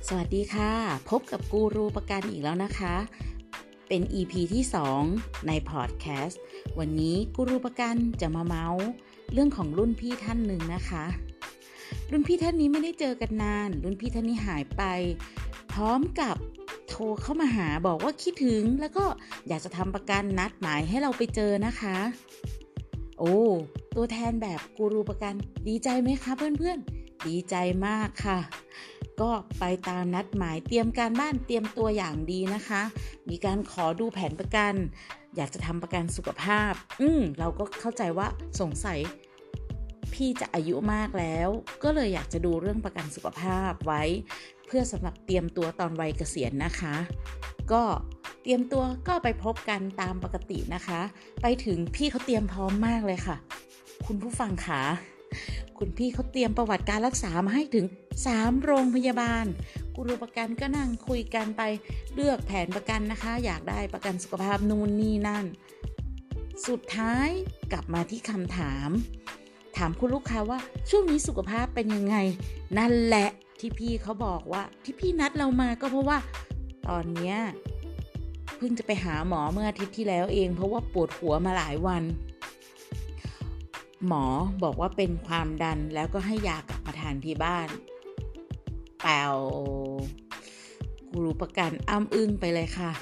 สวัสดีค่ะพบกับกูรูประกันอีกแล้วนะคะเป็น EP ที่2ในพอดแคสต์วันนี้กูรูประกันจะมาเมาส์เรื่องของรุ่นพี่ท่านหนึ่งนะคะรุ่นพี่ท่านนี้ไม่ได้เจอกันนานรุ่นพี่ท่านนี้หายไปพร้อมกับโทรเข้ามาหาบอกว่าคิดถึงแล้วก็อยากจะทำประกันนัดหมายให้เราไปเจอนะคะโอ้ตัวแทนแบบกูรูประกันดีใจไหมคะเพื่อนๆดีใจมากค่ะก็ไปตามนัดหมายเตรียมการบ้านเตรียมตัวอย่างดีนะคะมีการขอดูแผนประกันอยากจะทำประกันสุขภาพเราก็เข้าใจว่าสงสัยพี่จะอายุมากแล้วก็เลยอยากจะดูเรื่องประกันสุขภาพไว้เพื่อสำหรับเตรียมตัวตอนวัยเกษียณนะคะก็เตรียมตัวก็ไปพบกันตามปกตินะคะไปถึงพี่เขาเตรียมพร้อมมากเลยค่ะคุณผู้ฟังคะคุณพี่เขาเตรียมประวัติการรักษามาให้ถึง3โรงพยาบาลกูรูประกันก็นั่งคุยกันไปเลือกแผนประกันนะคะอยากได้ประกันสุขภาพนู่นนี่นั่นสุดท้ายกลับมาที่คำถามคุณลูกค้าว่าช่วงนี้สุขภาพเป็นยังไงนั่นแหละที่พี่เขาบอกว่าที่พี่นัดเรามาก็เพราะว่าตอนเนี้ยเพิ่งจะไปหาหมอเมื่ออาทิตย์ที่แล้วเองเพราะว่าปวดหัวมาหลายวันหมอบอกว่าเป็นความดันแล้วก็ให้ยากลับมาทานที่บ้านเปล่ากูรู้ประกันอ้ำอึ้งไปเลยค่ะ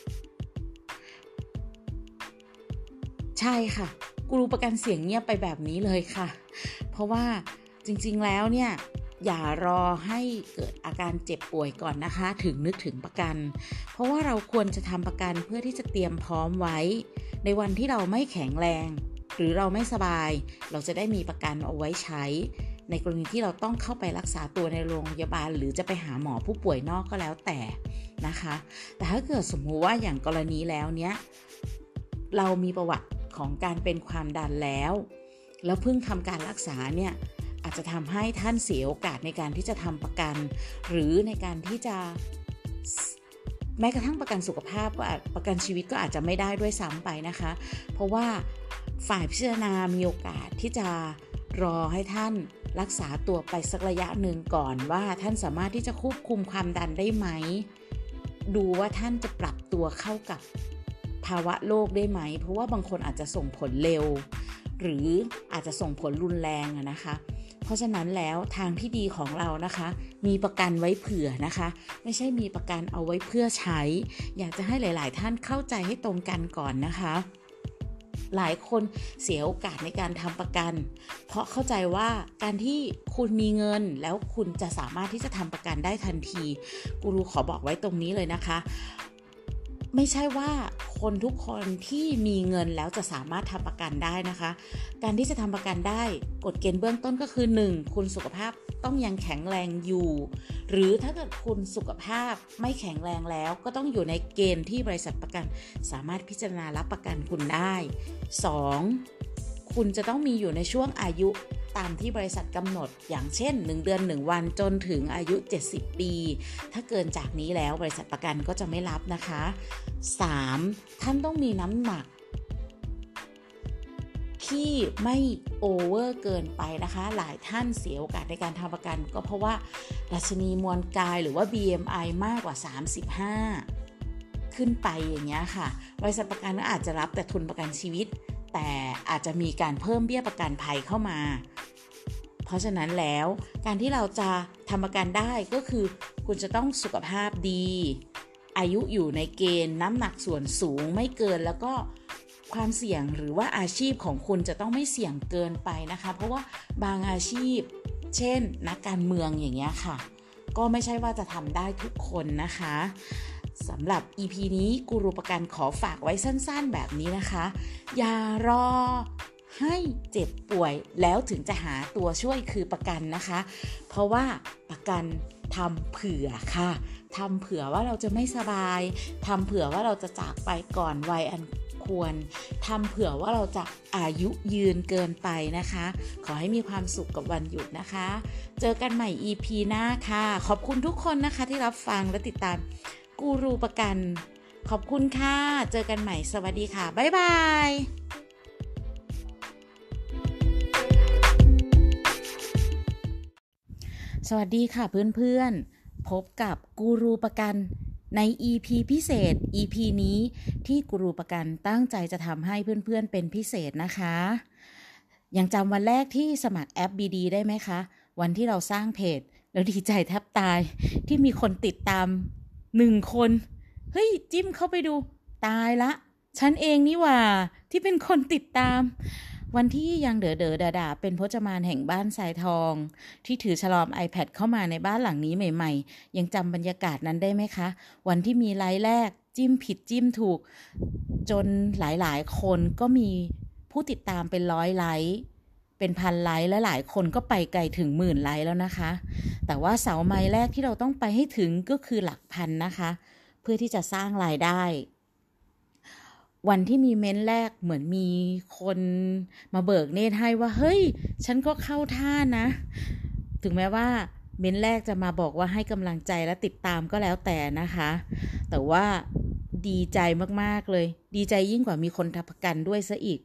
ใช่ค่ะกูรู้ประกันเสียงเงียบไปแบบนี้เลยค่ะเพราะว่าจริงๆแล้วเนี่ยอย่ารอให้เกิดอาการเจ็บป่วยก่อนนะคะถึงนึกถึงประกันเพราะว่าเราควรจะทำประกันเพื่อที่จะเตรียมพร้อมไว้ในวันที่เราไม่แข็งแรงหรือเราไม่สบายเราจะได้มีประกันเอาไว้ใช้ในกรณีที่เราต้องเข้าไปรักษาตัวในโรงพยาบาลหรือจะไปหาหมอผู้ป่วยนอกก็แล้วแต่นะคะแต่ถ้าเกิดสมมุติว่าอย่างกรณีแล้วเนี้ยเรามีประวัติของการเป็นความดันแล้วเพิ่งทำการรักษาเนี่ยอาจจะทำให้ท่านเสียโอกาสในการที่จะทำประกันหรือในการที่จะแม้กระทั่งประกันสุขภาพก็ประกันชีวิตก็อาจจะไม่ได้ด้วยซ้ำไปนะคะเพราะว่าฝ่ายพิจารณามีโอกาสที่จะรอให้ท่านรักษาตัวไปสักระยะหนึ่งก่อนว่าท่านสามารถที่จะควบคุมความดันได้ไหมดูว่าท่านจะปรับตัวเข้ากับภาวะโรคได้ไหมเพราะว่าบางคนอาจจะส่งผลเร็วหรืออาจจะส่งผลรุนแรงนะคะเพราะฉะนั้นแล้วทางที่ดีของเรานะคะมีประกันไว้เผื่อนะคะไม่ใช่มีประกันเอาไว้เพื่อใช้อยากจะให้หลายๆท่านเข้าใจให้ตรงกันก่อนนะคะหลายคนเสียโอกาสในการทำประกันเพราะเข้าใจว่าการที่คุณมีเงินแล้วคุณจะสามารถที่จะทำประกันได้ทันทีกูรูขอบอกไว้ตรงนี้เลยนะคะไม่ใช่ว่าคนทุกคนที่มีเงินแล้วจะสามารถทำประกันได้นะคะการที่จะทำประกันได้กฎเกณฑ์เบื้องต้นก็คือ 1. คุณสุขภาพต้องยังแข็งแรงอยู่หรือถ้าเกิดคุณสุขภาพไม่แข็งแรงแล้วก็ต้องอยู่ในเกณฑ์ที่บริษัทประกันสามารถพิจารณารับประกันคุณได้ 2. คุณจะต้องมีอยู่ในช่วงอายุตามที่บริษัทกำหนดอย่างเช่น1เดือน1วันจนถึงอายุ70ปีถ้าเกินจากนี้แล้วบริษัทประกันก็จะไม่รับนะคะ 3. ท่านต้องมีน้ำหนักที่ไม่โอเวอร์เกินไปนะคะหลายท่านเสียโอกาสในการทำประกันก็เพราะว่าดัชนีมวลกายหรือว่า BMI มากกว่า35ขึ้นไปอย่างเงี้ยค่ะบริษัทประกันก็อาจจะรับแต่ทุนประกันชีวิตแต่อาจจะมีการเพิ่มเบี้ยประกันภัยเข้ามาเพราะฉะนั้นแล้วการที่เราจะทำประกันได้ก็คือคุณจะต้องสุขภาพดีอายุอยู่ในเกณฑ์น้ำหนักส่วนสูงไม่เกินแล้วก็ความเสี่ยงหรือว่าอาชีพของคุณจะต้องไม่เสี่ยงเกินไปนะคะเพราะว่าบางอาชีพเช่นนักการเมืองอย่างเงี้ยค่ะก็ไม่ใช่ว่าจะทำได้ทุกคนนะคะสำหรับ EP นี้กูรูประกันขอฝากไว้สั้นๆแบบนี้นะคะอย่ารอให้เจ็บป่วยแล้วถึงจะหาตัวช่วยคือประกันนะคะเพราะว่าประกันทำเผื่อค่ะทำเผื่อว่าเราจะไม่สบายทำเผื่อว่าเราจะจากไปก่อนวัยอันควรทำเผื่อว่าเราจะอายุยืนเกินไปนะคะขอให้มีความสุขกับวันหยุดนะคะเจอกันใหม่ EP หน้าค่ะขอบคุณทุกคนนะคะที่รับฟังและติดตามกูรูประกันขอบคุณค่ะเจอกันใหม่สวัสดีค่ะบ๊ายบายสวัสดีค่ะเพื่อนๆพบกับกูรูประกันใน EP พิเศษ EP นี้ที่กูรูประกันตั้งใจจะทำให้เพื่อนๆเป็นพิเศษนะคะยังจำวันแรกที่สมัครแอป BD ได้ไหมคะวันที่เราสร้างเพจแล้วดีใจแทบตายที่มีคนติดตาม1 คนเฮ้ยจิ้มเข้าไปดูตายละฉันเองนี่หว่าที่เป็นคนติดตามวันที่ยังเด๋อด่าเป็นพจมานแห่งบ้านทรายทองที่ถือฉลอม iPad เข้ามาในบ้านหลังนี้ใหม่ๆยังจำบรรยากาศนั้นได้ไหมคะวันที่มีไลฟ์แรกจิ้มผิดจิ้มถูกจนหลายๆคนก็มีผู้ติดตามเป็น100 ไลฟ์เป็นพันไลฟ์และหลายคนก็ไปไกลถึง10,000 ไลฟ์แล้วนะคะแต่ว่าเสาไม้แรกที่เราต้องไปให้ถึงก็คือหลักพันนะคะเพื่อที่จะสร้างรายได้วันที่มีเม้นแรกเหมือนมีคนมาเบิกเนตรให้ว่าเฮ้ยฉันก็เข้าท่านะถึงแม้ว่าเม้นแรกจะมาบอกว่าให้กำลังใจและติดตามก็แล้วแต่นะคะแต่ว่าดีใจมากๆเลยดีใจยิ่งกว่ามีคนทำประกันด้วยซะอีก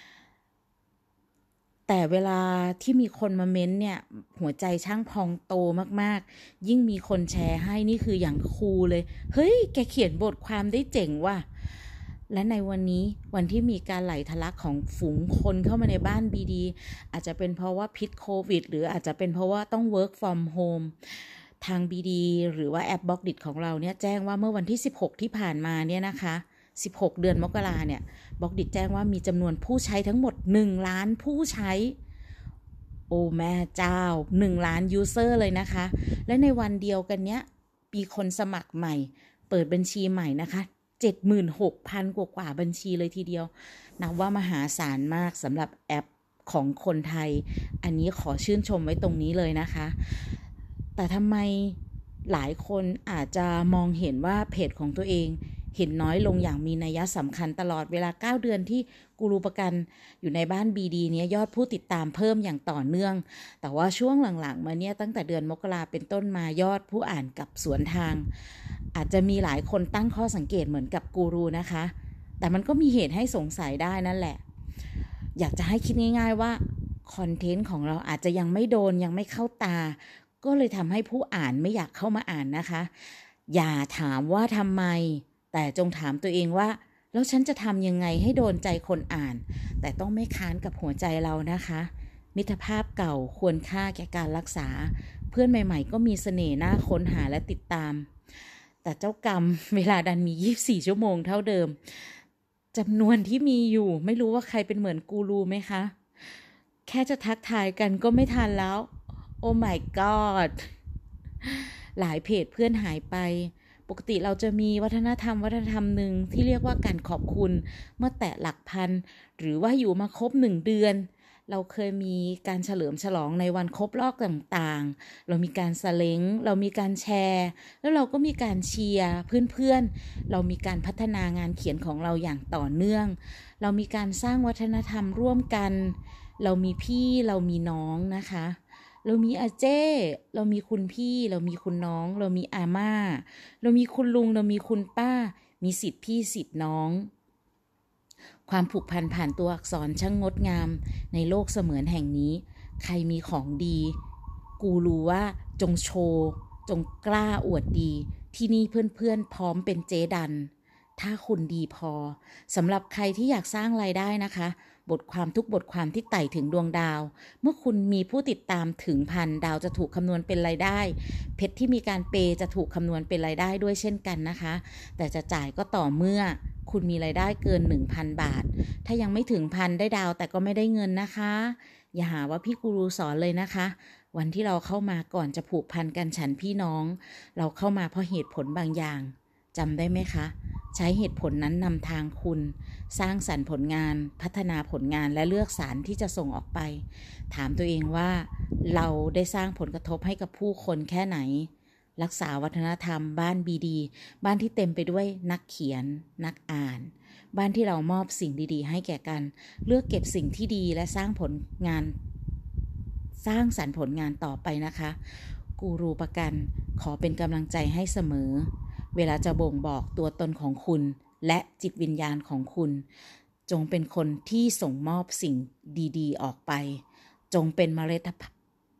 แต่เวลาที่มีคนมาเม้นเนี่ยหัวใจช่างพองโตมากๆยิ่งมีคนแชร์ให้นี่คืออย่างคูลเลยเฮ้ยแกเขียนบทความได้เจ๋งว่ะและในวันนี้วันที่มีการไหลทะลักของฝูงคนเข้ามาในบ้าน BD อาจจะเป็นเพราะว่าพิษโควิดหรืออาจจะเป็นเพราะว่าต้อง work from home ทาง BD หรือว่าแอป Blockdit ของเราเนี่ยแจ้งว่าเมื่อวันที่16ที่ผ่านมาเนี่ยนะคะ16เดือนมกราเนี่ย Blockdit แจ้งว่ามีจำนวนผู้ใช้ทั้งหมด1 ล้านผู้ใช้โอ้แม่เจ้า1 ล้านยูเซอร์เลยนะคะและในวันเดียวกันเนี้ยมีคนสมัครใหม่เปิดบัญชีใหม่นะคะ76,000 กว่าบัญชีเลยทีเดียวนับว่ามหาศาลมากสำหรับแอปของคนไทยอันนี้ขอชื่นชมไว้ตรงนี้เลยนะคะแต่ทำไมหลายคนอาจจะมองเห็นว่าเพจของตัวเองเห็นน้อยลงอย่างมีนัยสำคัญตลอดเวลา9 เดือนที่กูรูประกันอยู่ในบ้าน BD เนี้ยยอดผู้ติดตามเพิ่มอย่างต่อเนื่องแต่ว่าช่วงหลังๆมาเนี่ยตั้งแต่เดือนมกราเป็นต้นมายอดผู้อ่านกับสวนทางอาจจะมีหลายคนตั้งข้อสังเกตเหมือนกับกูรูนะคะแต่มันก็มีเหตุให้สงสัยได้นั่นแหละอยากจะให้คิดง่ายๆว่าคอนเทนต์ของเราอาจจะยังไม่โดนยังไม่เข้าตาก็เลยทำให้ผู้อ่านไม่อยากเข้ามาอ่านนะคะอย่าถามว่าทำไมแต่จงถามตัวเองว่าแล้วฉันจะทำยังไงให้โดนใจคนอ่านแต่ต้องไม่ค้านกับหัวใจเรานะคะมิตรภาพเก่าควรค่าแก่การรักษาเพื่อนใหม่ๆก็มีเสน่ห์น่าค้นหาและติดตามแต่เจ้ากรรมเวลาดันมี24 ชั่วโมงเท่าเดิมจำนวนที่มีอยู่ไม่รู้ว่าใครเป็นเหมือนกูรูไหมคะแค่จะทักทายกันก็ไม่ทันแล้วโอ้ my god หลายเพจเพื่อนหายไปปกติเราจะมีวัฒนธรรมหนึ่งที่เรียกว่าการขอบคุณเมื่อแตะหลักพันหรือว่าอยู่มาครบ1 เดือนเราเคยมีการเฉลิมฉลองในวันครบรอบต่างๆเรามีการสเล้งเรามีการแชร์แล้วเราก็มีการเชียร์เพื่อนๆเรามีการพัฒนางานเขียนของเราอย่างต่อเนื่องเรามีการสร้างวัฒนธรรมร่วมกันเรามีพี่เรามีน้องนะคะเรามีอาเจ้เรามีคุณพี่เรามีคุณน้องเรามีอาม่าเรามีคุณลุงเรามีคุณป้ามีสิทธิพี่สิทธิน้องความผูกพันผ่านตัวอักษรช่างงดงามในโลกเสมือนแห่งนี้ใครมีของดีกูรู้ว่าจงโชว์จงกล้าอวดดีที่นี่เพื่อนๆพร้อมเป็นเจ๊ดันถ้าคุณดีพอสำหรับใครที่อยากสร้างรายได้นะคะบทความทุกบทความที่ไต่ถึงดวงดาวเมื่อคุณมีผู้ติดตามถึง1,000 ดาวจะถูกคำนวณเป็นรายได้เพชรที่มีการเปย์จะถูกคำนวณเป็นรายได้ด้วยเช่นกันนะคะแต่จะจ่ายก็ต่อเมื่อคุณมีรายได้เกิน 1,000 บาทถ้ายังไม่ถึง1,000ได้ดาวแต่ก็ไม่ได้เงินนะคะอย่าหาว่าพี่กูรูสอนเลยนะคะวันที่เราเข้ามาก่อนจะผูกพันกันฉันพี่น้องเราเข้ามาเพราะเหตุผลบางอย่างจำได้ไหมคะใช้เหตุผลนั้นนำทางคุณสร้างสรรค์ผลงานพัฒนาผลงานและเลือกสารที่จะส่งออกไปถามตัวเองว่าเราได้สร้างผลกระทบให้กับผู้คนแค่ไหนรักษาวัฒนธรรมบ้าน BD บ้านที่เต็มไปด้วยนักเขียนนักอ่านบ้านที่เรามอบสิ่งดีๆให้แก่กันเลือกเก็บสิ่งที่ดีและสร้างผลงานสร้างสรรค์ผลงานต่อไปนะคะกูรูประกันขอเป็นกำลังใจให้เสมอเวลาจะบ่งบอกตัวตนของคุณและจิตวิญญาณของคุณจงเป็นคนที่ส่งมอบสิ่งดีๆออกไปจงเป็นเมล็ด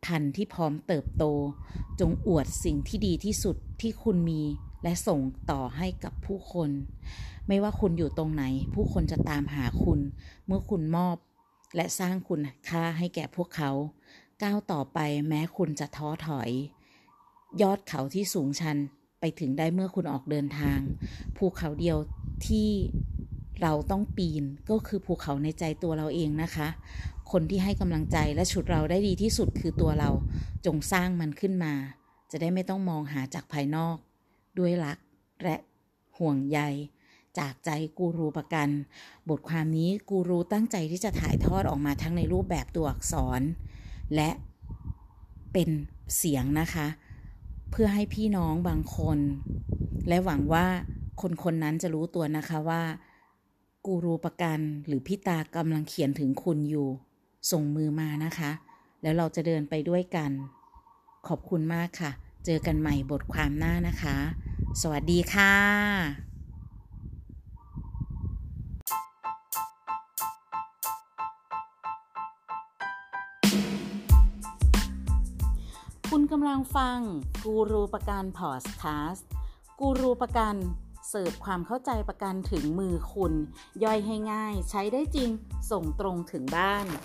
พันธุ์ที่พร้อมเติบโตจงอวดสิ่งที่ดีที่สุดที่คุณมีและส่งต่อให้กับผู้คนไม่ว่าคุณอยู่ตรงไหนผู้คนจะตามหาคุณเมื่อคุณมอบและสร้างคุณค่าให้แก่พวกเขาก้าวต่อไปแม้คุณจะท้อถอยยอดเขาที่สูงชันไปถึงได้เมื่อคุณออกเดินทางภูเขาเดียวที่เราต้องปีนก็คือภูเขาในใจตัวเราเองนะคะคนที่ให้กำลังใจและฉุดเราได้ดีที่สุดคือตัวเราจงสร้างมันขึ้นมาจะได้ไม่ต้องมองหาจากภายนอกด้วยรักและห่วงใยจากใจกูรูประกันบทความนี้กูรูตั้งใจที่จะถ่ายทอดออกมาทั้งในรูปแบบตัวอักษรและเป็นเสียงนะคะเพื่อให้พี่น้องบางคนและหวังว่าคนนั้นจะรู้ตัวนะคะว่ากูรูประกันหรือพี่ตากำลังเขียนถึงคุณอยู่ส่งมือมานะคะแล้วเราจะเดินไปด้วยกันขอบคุณมากค่ะเจอกันใหม่บทความหน้านะคะสวัสดีค่ะคุณกำลังฟังกูรูประกันพอดแคสต์กูรูประกันเสิร์ฟความเข้าใจประกันถึงมือคุณย่อยให้ง่ายใช้ได้จริงส่งตรงถึงบ้าน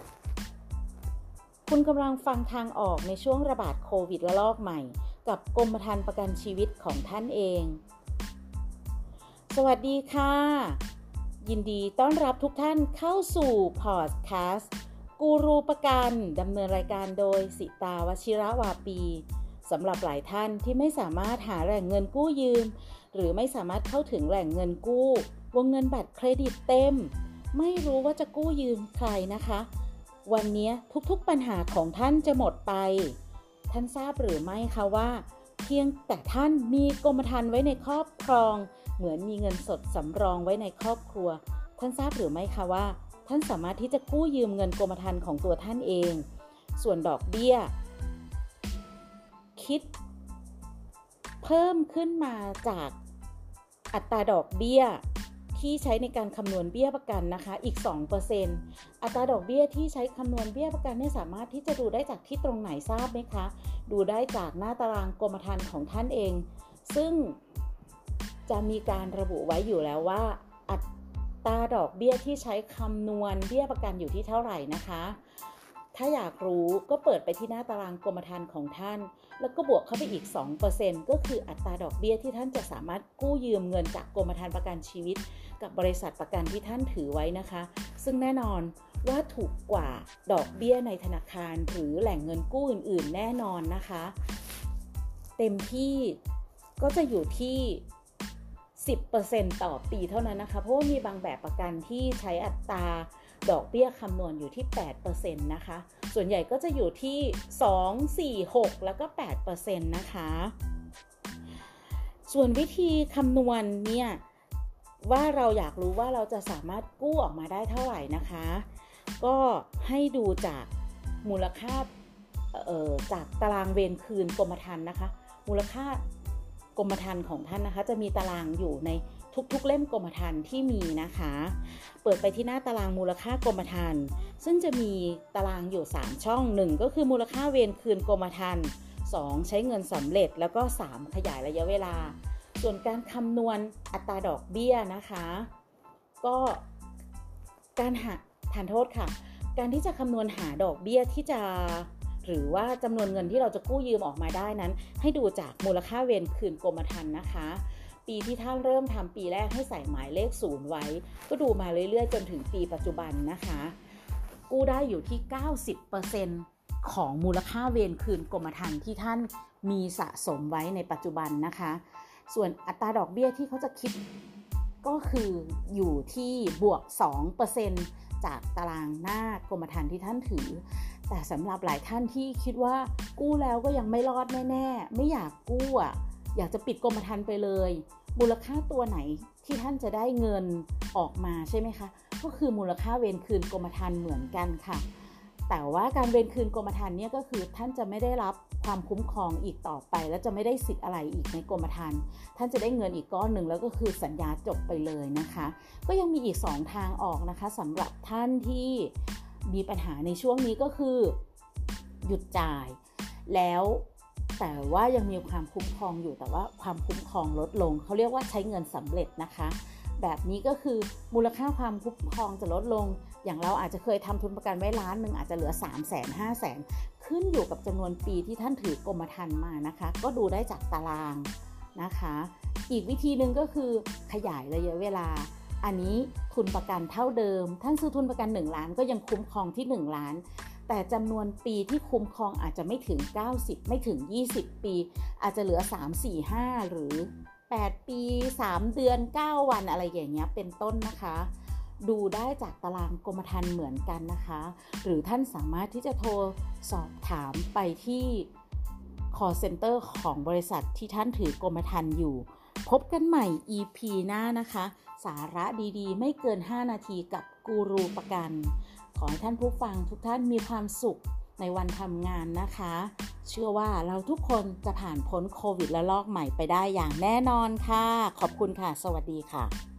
คุณกำลังฟังทางออกในช่วงระบาดโควิดระลอกใหม่กับกรมธรรม์ประกันชีวิตของท่านเองสวัสดีค่ะยินดีต้อนรับทุกท่านเข้าสู่พอดแคสต์กูรูประกันดำเนินรายการโดยสิตาวชิระวาปีสำหรับหลายท่านที่ไม่สามารถหาแหล่งเงินกู้ยืมหรือไม่สามารถเข้าถึงแหล่งเงินกู้วงเงินบัตรเครดิตเต็มไม่รู้ว่าจะกู้ยืมใครนะคะวันนี้ทุกๆปัญหาของท่านจะหมดไปท่านทราบหรือไม่คะว่าเพียงแต่ท่านมีกรมธรรม์ไว้ในครอบครองเหมือนมีเงินสดสำรองไว้ในครอบครัวท่านทราบหรือไม่คะว่าท่านสามารถที่จะกู้ยืมเงินกรมธรรม์ของตัวท่านเองส่วนดอกเบี้ยคิดเพิ่มขึ้นมาจากอัตราดอกเบี้ยที่ใช้ในการคำนวณเบี้ยประกันนะคะอีก 2% อัตราดอกเบี้ยที่ใช้คำนวณเบี้ยประกันเนี่ยสามารถที่จะดูได้จากที่ตรงไหนทราบไหมคะดูได้จากหน้าตารางกรมธรรม์ของท่านเองซึ่งจะมีการระบุไว้อยู่แล้วว่าอัตราดอกเบี้ยที่ใช้คำนวณเบี้ยประกันอยู่ที่เท่าไหร่นะคะถ้าอยากรู้ก็เปิดไปที่หน้าตารางกรมธรรม์ของท่านแล้วก็บวกเข้าไปอีก 2% ก็คืออัตราดอกเบี้ยที่ท่านจะสามารถกู้ยืมเงินจากกรมธรรม์ประกันชีวิตกับบริษัทประกันที่ท่านถือไว้นะคะซึ่งแน่นอนว่าถูกกว่าดอกเบี้ยในธนาคารหรือแหล่งเงินกู้อื่นๆแน่นอนนะคะเต็มที่ก็จะอยู่ที่ 10% ต่อปีเท่านั้นนะคะเพราะว่ามีบางแบบประกันที่ใช้อัตราดอกเบี้ยคำนวณอยู่ที่ 8% นะคะส่วนใหญ่ก็จะอยู่ที่ 2, 4, 6 แล้วก็ 8% นะคะส่วนวิธีคำนวณเนี่ยว่าเราอยากรู้ว่าเราจะสามารถกู้ออกมาได้เท่าไหร่นะคะก็ให้ดูจากมูลค่าจากตารางเวรคืนกรมธรรม์นะคะมูลค่ากรมธรรม์ของท่านนะคะจะมีตารางอยู่ในทุกๆเล่มกรมธรรม์ที่มีนะคะเปิดไปที่หน้าตารางมูลค่ากรมธรรม์ซึ่งจะมีตารางอยู่3ช่อง1ก็คือมูลค่าเวรคืนกรมธรรม์2ใช้เงินสำเร็จแล้วก็3ขยายระยะเวลาส่วนการคำนวณอัตราดอกเบี้ยนะคะก็การทานโทษค่ะการที่จะคำนวณหาดอกเบี้ยที่จะหรือว่าจำนวนเงินที่เราจะกู้ยืมออกมาได้นั้นให้ดูจากมูลค่าเวรคืนกรมธรรม์นะคะปีที่ท่านเริ่มทำปีแรกให้ใส่หมายเลข0ไว้ก็ดูมาเรื่อยๆจนถึงปีปัจจุบันนะคะกู้ได้อยู่ที่ 90% ของมูลค่าเวรคืนกรมธรรม์ที่ท่านมีสะสมไว้ในปัจจุบันนะคะส่วนอัตราดอกเบี้ยที่เขาจะคิดก็คืออยู่ที่บวก 2% จากตารางหน้ากรมธรรม์ที่ท่านถือแต่สำหรับหลายท่านที่คิดว่ากู้แล้วก็ยังไม่รอดแน่ๆไม่อยากกู้อยากจะปิดกรมธรรม์ไปเลยมูลค่าตัวไหนที่ท่านจะได้เงินออกมาใช่ไหมคะก็คือมูลค่าเวรคืนกรมธรรม์เหมือนกันค่ะแต่ว่าการเวรคืนกรมธรรม์เนี่ยก็คือท่านจะไม่ได้รับความคุ้มครองอีกต่อไปและจะไม่ได้สิทธิ์อะไรอีกในกรมธรรม์ท่านจะได้เงินอีกก้อนหนึ่งแล้วก็คือสัญญาจบไปเลยนะคะก็ยังมีอีก2ทางออกนะคะสำหรับท่านที่มีปัญหาในช่วงนี้ก็คือหยุดจ่ายแล้วแต่ว่ายังมีความคุ้มครองอยู่แต่ว่าความคุ้มครองลดลงเขาเรียกว่าใช้เงินสำเร็จนะคะแบบนี้ก็คือมูลค่าความคุ้มครองจะลดลงอย่างเราอาจจะเคยทำทุนประกันไว้ล้านนึงอาจจะเหลือ 300,000 500,000 ขึ้นอยู่กับจำนวนปีที่ท่านถือกรมธรรม์มานะคะก็ดูได้จากตารางนะคะอีกวิธีหนึ่งก็คือขยายระยะเวลาอันนี้ทุนประกันเท่าเดิมท่านซื้อทุนประกัน1ล้านก็ยังคุ้มครองที่1ล้านแต่จำนวนปีที่คุ้มครองอาจจะไม่ถึง90ไม่ถึง20ปีอาจจะเหลือ3 4 5หรือ8ปี3เดือน9วันอะไรอย่างเงี้ยเป็นต้นนะคะดูได้จากตารางกรมธรรม์เหมือนกันนะคะหรือท่านสามารถที่จะโทรสอบถามไปที่ call center ของบริษัทที่ท่านถือกรมธรรม์อยู่พบกันใหม่ EP หน้านะคะสาระดีๆไม่เกิน5นาทีกับกูรูประกันขอให้ท่านผู้ฟังทุกท่านมีความสุขในวันทำงานนะคะเชื่อว่าเราทุกคนจะผ่านพ้นโควิดและลอกใหม่ไปได้อย่างแน่นอนค่ะขอบคุณค่ะสวัสดีค่ะ